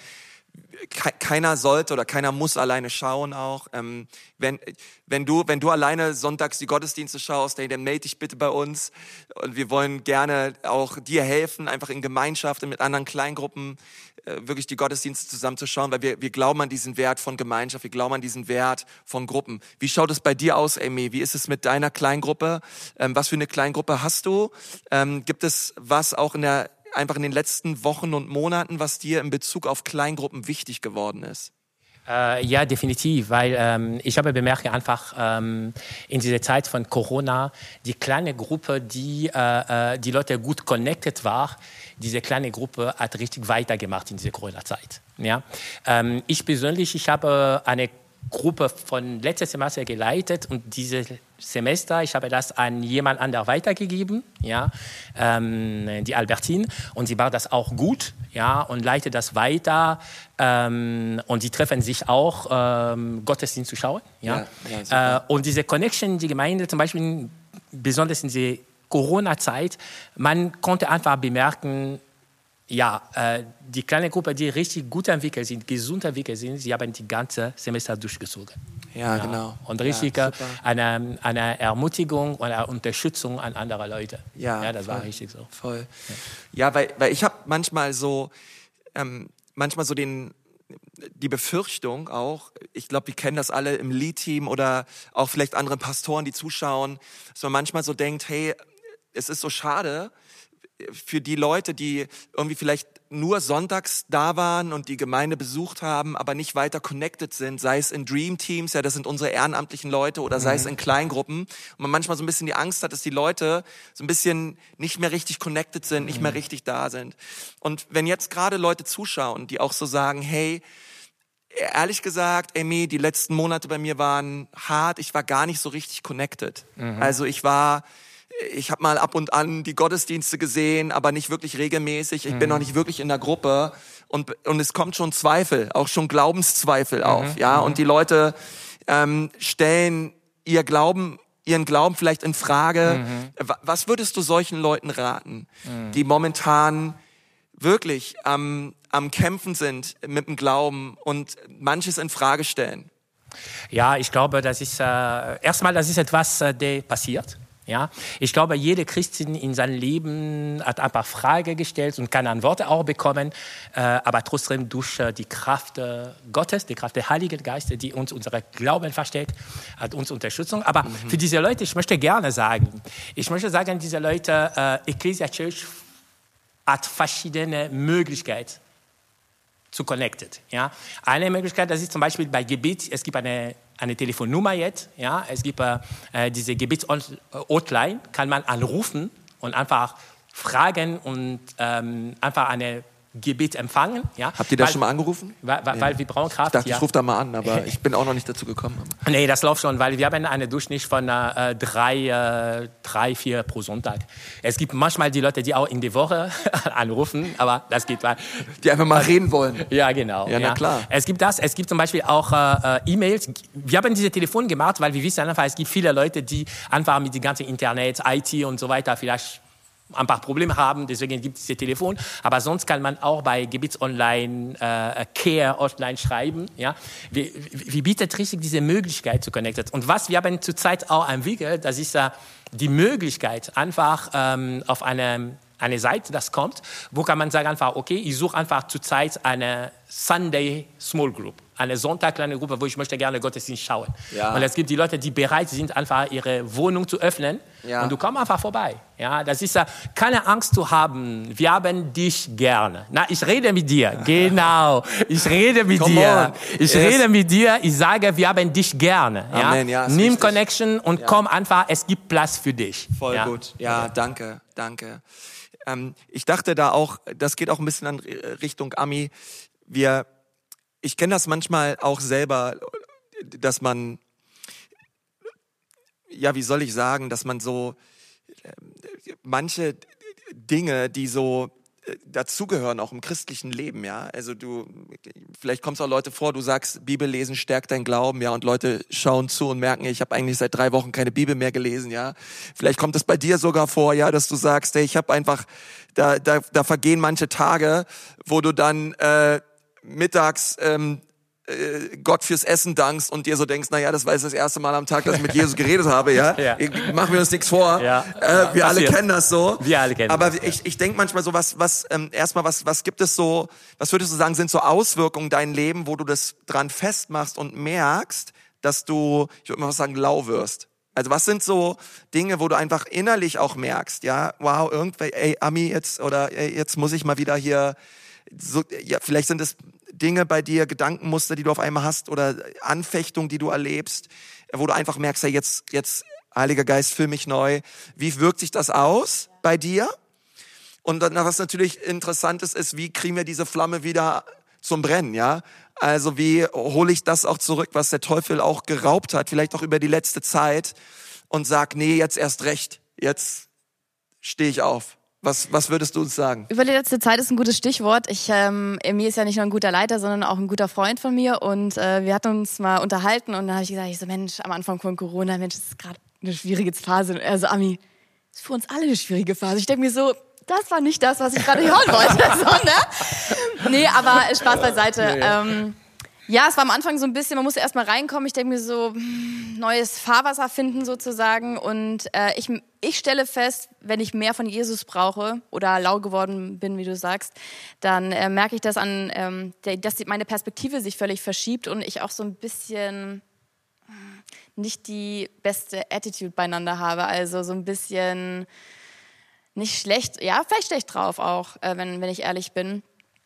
ke- keiner sollte oder keiner muss alleine schauen auch. Ähm, wenn wenn du wenn du alleine sonntags die Gottesdienste schaust, hey, dann melde dich bitte bei uns und wir wollen gerne auch dir helfen, einfach in Gemeinschaft und mit anderen Kleingruppen äh, wirklich die Gottesdienste zusammenzuschauen, weil wir wir glauben an diesen Wert von Gemeinschaft, wir glauben an diesen Wert von Gruppen. Wie schaut es bei dir aus, Amy? Wie ist es mit deiner Kleingruppe? Ähm, was für eine Kleingruppe hast du? Ähm, gibt es was auch in der einfach in den letzten Wochen und Monaten, was dir in Bezug auf Kleingruppen wichtig geworden ist? Äh, ja, definitiv, weil ähm, ich habe bemerkt einfach ähm, in dieser Zeit von Corona, die kleine Gruppe, die äh, die Leute gut connected war, diese kleine Gruppe hat richtig weitergemacht in dieser Corona-Zeit. Ja? Ähm, ich persönlich, ich habe eine Gruppe von letztes Semester geleitet und dieses Semester, ich habe das an jemand anderen weitergegeben, ja, ähm, die Albertine, und sie war das auch gut, ja, und leitet das weiter, ähm, und sie treffen sich auch, ähm, Gottesdienst zu schauen, ja, ja, ja, äh, und diese Connection in die Gemeinde, zum Beispiel besonders in der Corona-Zeit, man konnte einfach bemerken, ja, äh, die kleine Gruppe, die richtig gut entwickelt sind, gesund entwickelt sind, sie haben die ganze Semester durchgezogen. Ja, ja, genau. Und richtig ja, eine, eine Ermutigung und eine Unterstützung an andere Leute. Ja, ja das voll, war richtig so. Voll. Ja, ja weil, weil ich habe manchmal so, ähm, manchmal so den, die Befürchtung auch, ich glaube, wir kennen das alle im Lead-Team oder auch vielleicht andere Pastoren, die zuschauen, dass man manchmal so denkt, hey, es ist so schade für die Leute, die irgendwie vielleicht nur sonntags da waren und die Gemeinde besucht haben, aber nicht weiter connected sind, sei es in Dream Teams, ja, das sind unsere ehrenamtlichen Leute, oder sei mhm. es in Kleingruppen. Und man manchmal so ein bisschen die Angst hat, dass die Leute so ein bisschen nicht mehr richtig connected sind, nicht mehr richtig da sind. Und wenn jetzt gerade Leute zuschauen, die auch so sagen, hey, ehrlich gesagt, Amy, die letzten Monate bei mir waren hart, ich war gar nicht so richtig connected. Mhm. Also ich war... Ich habe mal ab und an die Gottesdienste gesehen, aber nicht wirklich regelmäßig. Ich mhm. bin noch nicht wirklich in der Gruppe. Und, und es kommt schon Zweifel, auch schon Glaubenszweifel mhm. auf. Ja? Mhm. Und die Leute ähm, stellen ihr Glauben, ihren Glauben vielleicht in Frage. Mhm. Was würdest du solchen Leuten raten, mhm. die momentan wirklich am, am Kämpfen sind mit dem Glauben und manches in Frage stellen? Ja, ich glaube, das ist äh, erstmal, das ist etwas, äh, der passiert. Ja, ich glaube, jede Christin in seinem Leben hat ein paar Fragen gestellt und kann Antworten auch bekommen, äh, aber trotzdem durch äh, die Kraft äh, Gottes, die Kraft der Heiligen Geiste, die uns unseren Glauben versteht, hat uns Unterstützung. Aber mhm. für diese Leute, ich möchte gerne sagen, ich möchte sagen, diese Leute, äh, Ecclesia Church hat verschiedene Möglichkeiten zu connected. Ja, eine Möglichkeit, das ist zum Beispiel bei Gebet. Es gibt eine eine Telefonnummer jetzt, ja, es gibt äh, diese Gebets-Hotline, kann man anrufen und einfach fragen und ähm, einfach eine Gebet empfangen. Ja. Habt ihr das weil, schon mal angerufen? Weil, weil, ja. weil wir brauchen Kraft. Ich dachte, ja. ich rufe da mal an, aber ich bin auch noch nicht dazu gekommen. Nee, das läuft schon, weil wir haben einen Durchschnitt von äh, drei, äh, drei, vier pro Sonntag. Es gibt manchmal die Leute, die auch in der Woche anrufen, aber das geht weil die einfach mal reden wollen. Ja, genau. Ja, na klar. Es gibt das, es gibt zum Beispiel auch äh, E-Mails. Wir haben diese Telefon gemacht, weil wir wissen einfach, es gibt viele Leute, die einfach mit dem ganzen Internet, I T und so weiter vielleicht ein paar Probleme haben, deswegen gibt es dieses Telefon. Aber sonst kann man auch bei Gebets Online, äh, Care Online schreiben. Ja, wir, wir bieten richtig diese Möglichkeit zu connecten. Und was wir haben zurzeit auch entwickelt, das ist äh, die Möglichkeit, einfach ähm, auf eine eine Seite, das kommt, wo kann man sagen einfach, okay, ich suche einfach zurzeit eine Sunday Small Group, eine Sonntag kleine Gruppe, wo ich möchte gerne Gottesdienst schauen. Ja. Und es gibt die Leute, die bereit sind, einfach ihre Wohnung zu öffnen ja. und du kommst einfach vorbei. Ja, das ist keine Angst zu haben. Wir haben dich gerne. Na, ich rede mit dir. Genau. Ich rede mit Come dir. On. Ich yes. rede mit dir. Ich sage, wir haben dich gerne. Ja? Amen. Ja, nimm richtig. Connection und ja. komm einfach. Es gibt Platz für dich. Voll ja? gut. Ja, okay. danke, danke. Ähm, ich dachte da auch, das geht auch ein bisschen in Richtung Ami. Wir, ich kenne das manchmal auch selber, dass man, ja, wie soll ich sagen, dass man so äh, manche Dinge, die so dazugehören, auch im christlichen Leben, ja. Also du, vielleicht kommst auch Leute vor, du sagst, Bibel lesen stärkt dein Glauben, ja, und Leute schauen zu und merken, ich habe eigentlich seit drei Wochen keine Bibel mehr gelesen, ja. Vielleicht kommt es bei dir sogar vor, ja, dass du sagst, hey, ich habe einfach, da, da, da vergehen manche Tage, wo du dann äh, mittags ähm, Gott fürs Essen dankst und dir so denkst, naja, das war jetzt das erste Mal am Tag, dass ich mit Jesus geredet habe, ja. ja. Machen wir uns nichts vor. Ja. Äh, wir alle kennen das so. Wir alle kennen Aber das, ich, ich denke manchmal so, was, was ähm, erstmal, was, was gibt es so, was würdest du sagen, sind so Auswirkungen dein Leben, wo du das dran festmachst und merkst, dass du, ich würde mal sagen, lau wirst? Also was sind so Dinge, wo du einfach innerlich auch merkst, ja, wow, irgendwie, ey, Ami, jetzt, oder ey, jetzt muss ich mal wieder hier, so, ja, vielleicht sind es Dinge bei dir, Gedankenmuster, die du auf einmal hast oder Anfechtungen, die du erlebst, wo du einfach merkst, hey, jetzt, jetzt, Heiliger Geist, füll mich neu. Wie wirkt sich das aus bei dir? Und dann, was natürlich interessant ist, ist, wie kriegen wir diese Flamme wieder zum Brennen, ja? Also wie hole ich das auch zurück, was der Teufel auch geraubt hat, vielleicht auch über die letzte Zeit und sag, nee, jetzt erst recht, jetzt stehe ich auf. Was, was würdest du uns sagen? Über die letzte Zeit ist ein gutes Stichwort. Ich, ähm, Emil ist ja nicht nur ein guter Leiter, sondern auch ein guter Freund von mir. Und äh, wir hatten uns mal unterhalten und dann habe ich gesagt, ich so, Mensch, am Anfang von Corona, Mensch, das ist gerade eine schwierige Phase. Und er so, Ami, das ist für uns alle eine schwierige Phase. Ich denke mir so, das war nicht das, was ich gerade hören wollte. So, ne? Nee, aber Spaß beiseite. Ähm, Ja, es war am Anfang so ein bisschen, man musste erst mal reinkommen. Ich denke mir so, neues Fahrwasser finden sozusagen. Und äh, ich, ich stelle fest, wenn ich mehr von Jesus brauche oder lau geworden bin, wie du sagst, dann äh, merke ich das an, ähm, der, dass die, meine Perspektive sich völlig verschiebt und ich auch so ein bisschen nicht die beste Attitude beieinander habe. Also so ein bisschen nicht schlecht, ja, vielleicht schlecht drauf auch, äh, wenn, wenn ich ehrlich bin.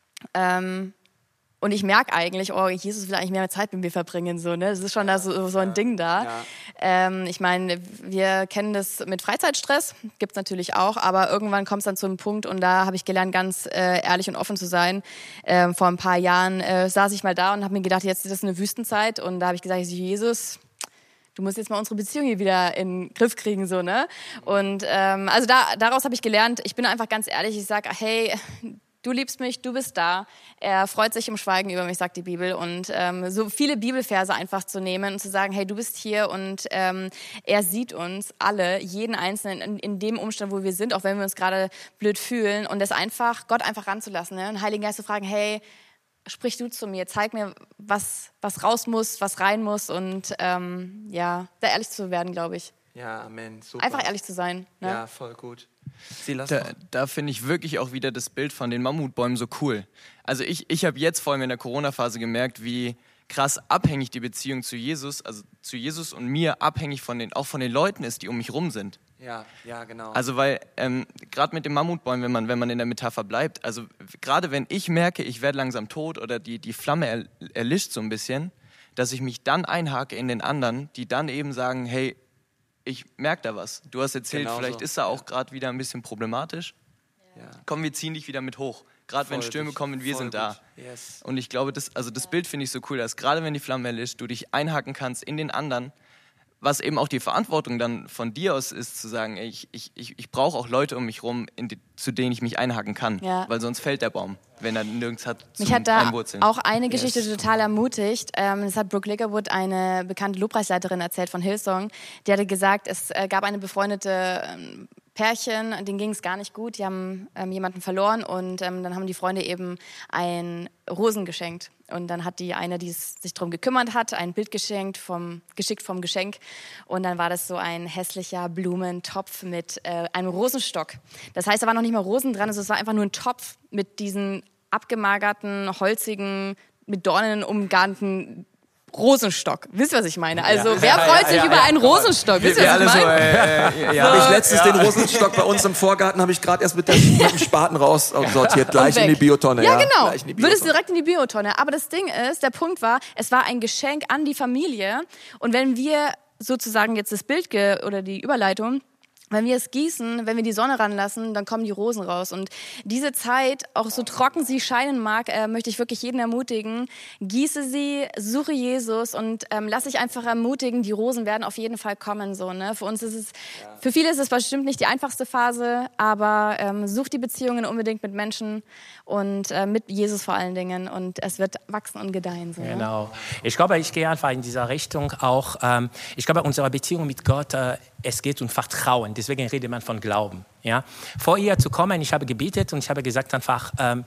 Ähm, Und ich merke eigentlich, oh, Jesus will eigentlich mehr Zeit mit mir verbringen. So, ne? Das ist schon da so, so ein ja, Ding da. Ja. Ähm, ich meine, wir kennen das mit Freizeitstress, gibt's natürlich auch, aber irgendwann kommt es dann zu einem Punkt und da habe ich gelernt, ganz äh, ehrlich und offen zu sein. Ähm, vor ein paar Jahren äh, saß ich mal da und habe mir gedacht, jetzt ist das eine Wüstenzeit und da habe ich gesagt, Jesus, du musst jetzt mal unsere Beziehung hier wieder in den Griff kriegen, so, ne? Und ähm, also da, daraus habe ich gelernt, ich bin einfach ganz ehrlich, ich sage, hey, du liebst mich, du bist da. Er freut sich im Schweigen über mich, sagt die Bibel. Und ähm, so viele Bibelverse einfach zu nehmen und zu sagen, hey, du bist hier und ähm, er sieht uns alle, jeden Einzelnen in, in dem Umstand, wo wir sind, auch wenn wir uns gerade blöd fühlen. Und das einfach, Gott einfach ranzulassen, ne? Den Heiligen Geist zu fragen, hey, sprich du zu mir, zeig mir, was, was raus muss, was rein muss. Und ähm, ja, da ehrlich zu werden, glaube ich. Ja, Amen. Super. Einfach ehrlich zu sein. Ne? Ja, voll gut. Da, da finde ich wirklich auch wieder das Bild von den Mammutbäumen so cool. Also ich, ich habe jetzt vor allem in der Corona-Phase gemerkt, wie krass abhängig die Beziehung zu Jesus, also zu Jesus und mir abhängig von den, auch von den Leuten ist, die um mich rum sind. Ja, ja, genau. Also weil, ähm, gerade mit den Mammutbäumen, wenn man, wenn man in der Metapher bleibt, also gerade wenn ich merke, ich werde langsam tot oder die, die Flamme er, erlischt so ein bisschen, dass ich mich dann einhake in den anderen, die dann eben sagen, hey, ich merke da was. Du hast erzählt, genau vielleicht so. Ist da auch gerade wieder ein bisschen problematisch. Ja. Komm, wir ziehen dich wieder mit hoch. Gerade wenn Stürme kommen, wir sind gut. Da. Yes. Und ich glaube, das, also das Bild finde ich so cool, dass gerade wenn die Flamme erlischt, du dich einhaken kannst in den anderen, was eben auch die Verantwortung dann von dir aus ist, zu sagen, ey, ich, ich, ich, ich brauche auch Leute um mich rum, in die, zu denen ich mich einhaken kann. Ja. Weil sonst fällt der Baum, wenn er nirgends hat zum Mich hat da Einwurzeln. auch eine Geschichte yes. total ermutigt. Ähm, das hat Brooke Ligerwood, eine bekannte Lobpreisleiterin, erzählt von Hillsong. Die hatte gesagt, es äh, gab eine befreundete ähm, Pärchen, denen ging es gar nicht gut. Die haben ähm, jemanden verloren und ähm, dann haben die Freunde eben ein Rosen geschenkt. Und dann hat die eine, die sich darum gekümmert hat, ein Bild geschenkt vom, geschickt vom Geschenk. Und dann war das so ein hässlicher Blumentopf mit äh, einem Rosenstock. Das heißt, da waren noch nicht mal Rosen dran, also es war einfach nur ein Topf mit diesen abgemagerten, holzigen, mit Dornen umgarnten Rosenstock. Wisst ihr, was ich meine? Also, ja. wer freut ja, sich ja, über ja, einen Rosenstock? Wisst ihr, was ich meine? So, äh, äh, ja. Habe ich letztens ja. den Rosenstock bei uns im Vorgarten, habe ich gerade erst mit, der, mit dem Spaten raussortiert. Gleich in die Biotonne. Ja, genau. Würdest direkt in die Biotonne. Aber das Ding ist, der Punkt war, es war ein Geschenk an die Familie. Und wenn wir sozusagen jetzt das Bild ge- oder die Überleitung, wenn wir es gießen, wenn wir die Sonne ranlassen, dann kommen die Rosen raus. Und diese Zeit, auch so trocken sie scheinen mag, äh, möchte ich wirklich jeden ermutigen. Gieße sie, suche Jesus und ähm, lass dich einfach ermutigen. Die Rosen werden auf jeden Fall kommen. So, ne? Für uns ist es, ja. für viele ist es bestimmt nicht die einfachste Phase, aber ähm, such die Beziehungen unbedingt mit Menschen und äh, mit Jesus vor allen Dingen. Und es wird wachsen und gedeihen. So, genau. Ne? Ich glaube, ich gehe einfach in dieser Richtung auch. Ähm, ich glaube, unsere Beziehung mit Gott, äh, es geht um Vertrauen. Deswegen redet man von Glauben. Ja? Vor ihr zu kommen, ich habe gebetet und ich habe gesagt einfach, ähm,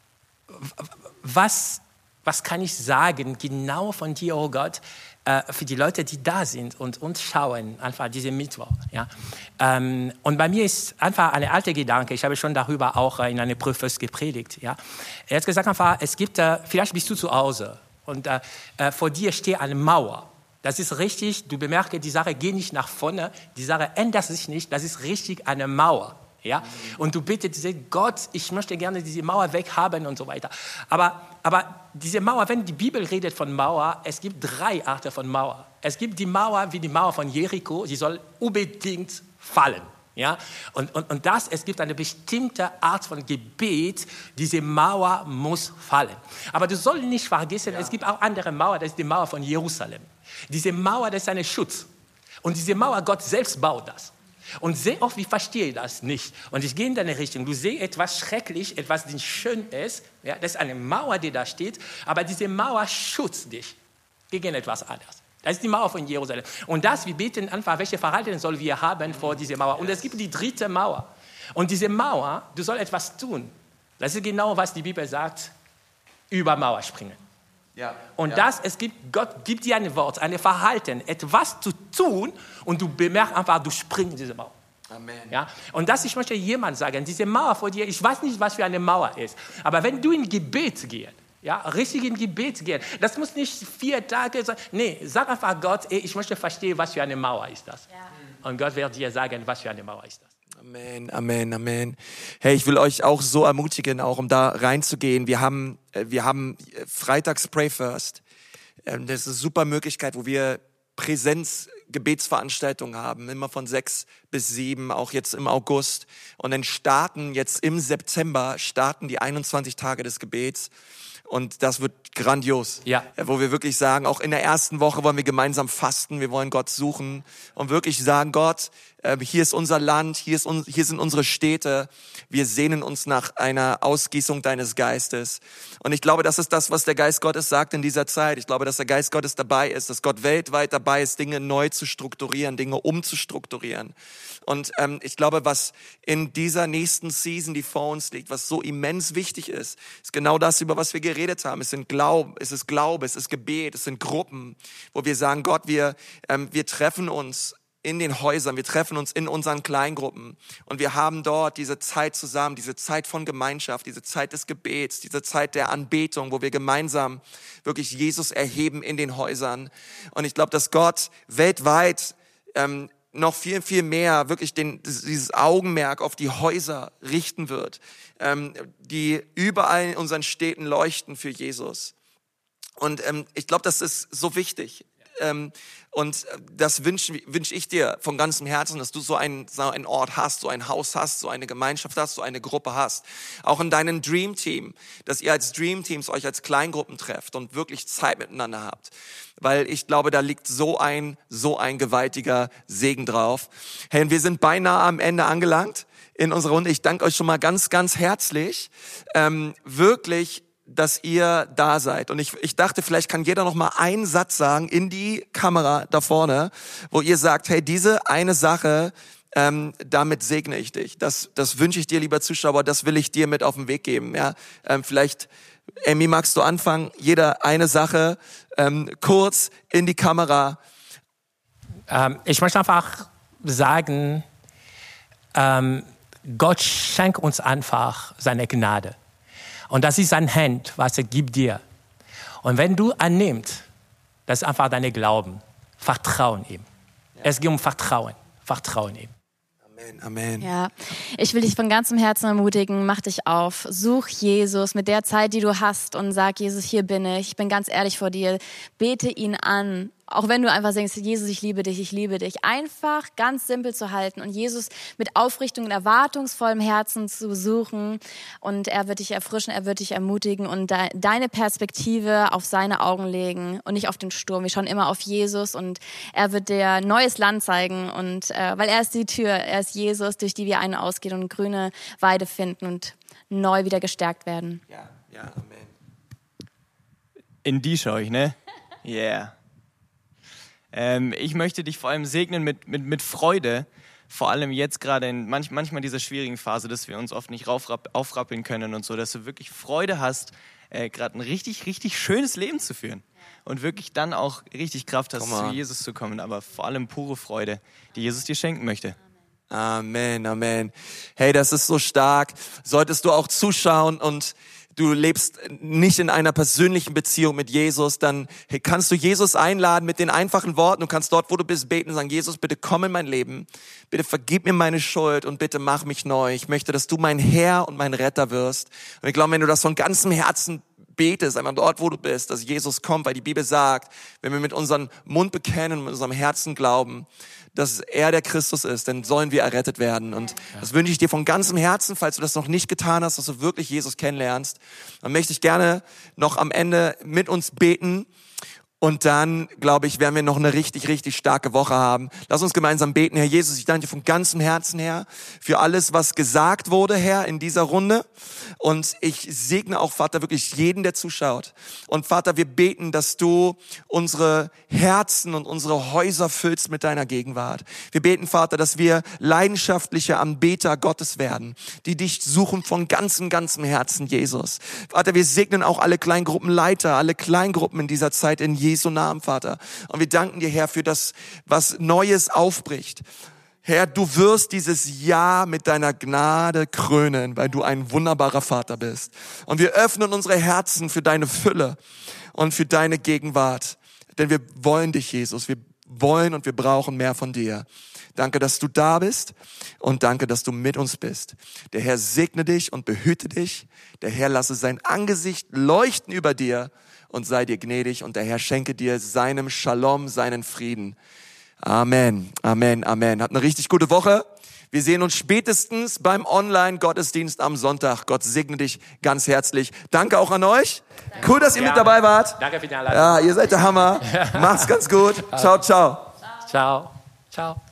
was, was kann ich sagen genau von dir, oh Gott, äh, für die Leute, die da sind und uns schauen, einfach diese Mittwoch. Ja? Ähm, und bei mir ist einfach eine alte Gedanke, ich habe schon darüber auch in einer Prüfung gepredigt. Ja? Er hat gesagt einfach, es gibt, äh, vielleicht bist du zu Hause und äh, äh, vor dir steht eine Mauer. Das ist richtig, du bemerkst, die Sache geht nicht nach vorne, die Sache ändert sich nicht, das ist richtig eine Mauer. Ja? Und du bittest Gott, ich möchte gerne diese Mauer weghaben und so weiter. Aber, aber diese Mauer, wenn die Bibel redet von Mauer, es gibt drei Arten von Mauer. Es gibt die Mauer wie die Mauer von Jericho, sie soll unbedingt fallen. Ja? Und, und, und das, es gibt eine bestimmte Art von Gebet, diese Mauer muss fallen. Aber du sollst nicht vergessen, ja. es gibt auch andere Mauer, das ist die Mauer von Jerusalem. Diese Mauer, das ist ein Schutz. Und diese Mauer, Gott selbst baut das. Und sehr oft, ich verstehe das nicht. Und ich gehe in deine Richtung. Du siehst etwas schrecklich, etwas, das schön ist. Ja, das ist eine Mauer, die da steht. Aber diese Mauer schützt dich gegen etwas anderes. Das ist die Mauer von Jerusalem. Und das, wir beten einfach, welche Verhalten sollen wir haben vor dieser Mauer. Und es gibt die dritte Mauer. Und diese Mauer, du sollst etwas tun. Das ist genau, was die Bibel sagt, über Mauer springen. Ja. Und ja. das, es gibt, Gott gibt dir ein Wort, ein Verhalten, etwas zu tun und du bemerkst einfach, du springst in diese Mauer. Amen. Ja? Und das, ich möchte jemand sagen, diese Mauer vor dir, ich weiß nicht, was für eine Mauer ist, aber wenn du in Gebet gehst, ja, richtig in Gebet gehen, das muss nicht vier Tage sein, nee, sag einfach Gott, ey, ich möchte verstehen, was für eine Mauer ist das. Ja. Und Gott wird dir sagen, was für eine Mauer ist das. Amen, Amen, Amen. Hey, ich will euch auch so ermutigen, auch um da reinzugehen. Wir haben, wir haben freitags Pray First. Das ist eine super Möglichkeit, wo wir Präsenz-Gebetsveranstaltungen haben, immer von sechs bis sieben, auch jetzt im August. Und dann starten jetzt im September, starten die einundzwanzig Tage des Gebets. Und das wird grandios, ja. Wo wir wirklich sagen, auch in der ersten Woche wollen wir gemeinsam fasten, wir wollen Gott suchen und wirklich sagen, Gott, hier ist unser Land, hier, ist un- hier sind unsere Städte, wir sehnen uns nach einer Ausgießung deines Geistes. Und ich glaube, das ist das, was der Geist Gottes sagt in dieser Zeit. Ich glaube, dass der Geist Gottes dabei ist, dass Gott weltweit dabei ist, Dinge neu zu strukturieren, Dinge umzustrukturieren. Und ähm, ich glaube, was in dieser nächsten Season, die vor uns liegt, was so immens wichtig ist, ist genau das, über was wir geredet haben. Es sind Glauben, es ist Glaube, es ist Gebet, es sind Gruppen, wo wir sagen, Gott, wir ähm, wir treffen uns in den Häusern, wir treffen uns in unseren Kleingruppen und wir haben dort diese Zeit zusammen, diese Zeit von Gemeinschaft, diese Zeit des Gebets, diese Zeit der Anbetung, wo wir gemeinsam wirklich Jesus erheben in den Häusern. Und ich glaube, dass Gott weltweit ähm, noch viel, viel mehr wirklich den, dieses Augenmerk auf die Häuser richten wird, ähm, die überall in unseren Städten leuchten für Jesus. Und ähm, ich glaube, das ist so wichtig. Ähm, und das wünsche wünsch ich dir von ganzem Herzen, dass du so einen, so einen Ort hast, so ein Haus hast, so eine Gemeinschaft hast, so eine Gruppe hast. Auch in deinem Dream Team, dass ihr als Dream Teams euch als Kleingruppen trefft und wirklich Zeit miteinander habt. Weil ich glaube, da liegt so ein, so ein gewaltiger Segen drauf. Hey, und wir sind beinahe am Ende angelangt in unserer Runde. Ich danke euch schon mal ganz, ganz herzlich. Ähm, wirklich, dass ihr da seid. Und ich, ich dachte, vielleicht kann jeder noch mal einen Satz sagen in die Kamera da vorne, wo ihr sagt, hey, diese eine Sache, ähm, damit segne ich dich. Das, das wünsche ich dir, lieber Zuschauer, das will ich dir mit auf den Weg geben. Ja, ähm, vielleicht, Emmy, magst du anfangen? Jeder eine Sache, ähm, kurz in die Kamera. Ähm, ich möchte einfach sagen, ähm, Gott schenkt uns einfach seine Gnade. Und das ist sein Hand, was er gibt dir. Und wenn du annimmst, das ist einfach deine Glauben. Vertrauen ihm. Ja. Es geht um Vertrauen. Vertrauen ihm. Amen, Amen. Ja, ich will dich von ganzem Herzen ermutigen, mach dich auf, such Jesus mit der Zeit, die du hast und sag, Jesus, hier bin ich, ich bin ganz ehrlich vor dir, bete ihn an. Auch wenn du einfach denkst, Jesus, ich liebe dich, ich liebe dich. Einfach ganz simpel zu halten und Jesus mit Aufrichtung und erwartungsvollem Herzen zu suchen. Und er wird dich erfrischen, er wird dich ermutigen und de- deine Perspektive auf seine Augen legen und nicht auf den Sturm. Wir schauen immer auf Jesus und er wird dir neues Land zeigen. Und äh, weil er ist die Tür, er ist Jesus, durch die wir ein- und ausgehen und grüne Weide finden und neu wieder gestärkt werden. Ja, ja, Amen. In die schaue ich, ne? Yeah. Ähm, ich möchte dich vor allem segnen mit, mit, mit Freude, vor allem jetzt gerade in manch, manchmal dieser schwierigen Phase, dass wir uns oft nicht raufrapp, aufrappeln können und so, dass du wirklich Freude hast, äh, gerade ein richtig, richtig schönes Leben zu führen und wirklich dann auch richtig Kraft hast, zu Jesus zu kommen, aber vor allem pure Freude, die Jesus dir schenken möchte. Amen, Amen. Hey, das ist so stark. Solltest du auch zuschauen und du lebst nicht in einer persönlichen Beziehung mit Jesus, dann kannst du Jesus einladen mit den einfachen Worten. Du kannst dort, wo du bist, beten und sagen, Jesus, bitte komm in mein Leben. Bitte vergib mir meine Schuld und bitte mach mich neu. Ich möchte, dass du mein Herr und mein Retter wirst. Und ich glaube, wenn du das von ganzem Herzen betest, einfach dort, wo du bist, dass Jesus kommt, weil die Bibel sagt, wenn wir mit unserem Mund bekennen und mit unserem Herzen glauben, dass er der Christus ist, dann sollen wir errettet werden. Und ja. das wünsche ich dir von ganzem Herzen, falls du das noch nicht getan hast, dass du wirklich Jesus kennenlernst. Dann möchte ich gerne noch am Ende mit uns beten Und dann, glaube ich, werden wir noch eine richtig, richtig starke Woche haben. Lass uns gemeinsam beten. Herr Jesus, ich danke dir von ganzem Herzen, Herr, für alles, was gesagt wurde, Herr, in dieser Runde. Und ich segne auch, Vater, wirklich jeden, der zuschaut. Und Vater, wir beten, dass du unsere Herzen und unsere Häuser füllst mit deiner Gegenwart. Wir beten, Vater, dass wir leidenschaftliche Anbeter Gottes werden, die dich suchen von ganzem, ganzem Herzen, Jesus. Vater, wir segnen auch alle Kleingruppenleiter, alle Kleingruppen in dieser Zeit in Jesu Namen, Vater. Und wir danken dir, Herr, für das, was Neues aufbricht. Herr, du wirst dieses Jahr mit deiner Gnade krönen, weil du ein wunderbarer Vater bist. Und wir öffnen unsere Herzen für deine Fülle und für deine Gegenwart. Denn wir wollen dich, Jesus. Wir wollen und wir brauchen mehr von dir. Danke, dass du da bist und danke, dass du mit uns bist. Der Herr segne dich und behüte dich. Der Herr lasse sein Angesicht leuchten über dir und sei dir gnädig und der Herr schenke dir seinem Shalom, seinen Frieden. Amen, Amen, Amen. Habt eine richtig gute Woche. Wir sehen uns spätestens beim Online-Gottesdienst am Sonntag. Gott segne dich ganz herzlich. Danke auch an euch. Danke. Cool, dass ihr ja. mit dabei wart. Danke für die Einladung. Ja, ihr seid der Hammer. Macht's ganz gut. Ciao, ciao. Ciao. Ciao.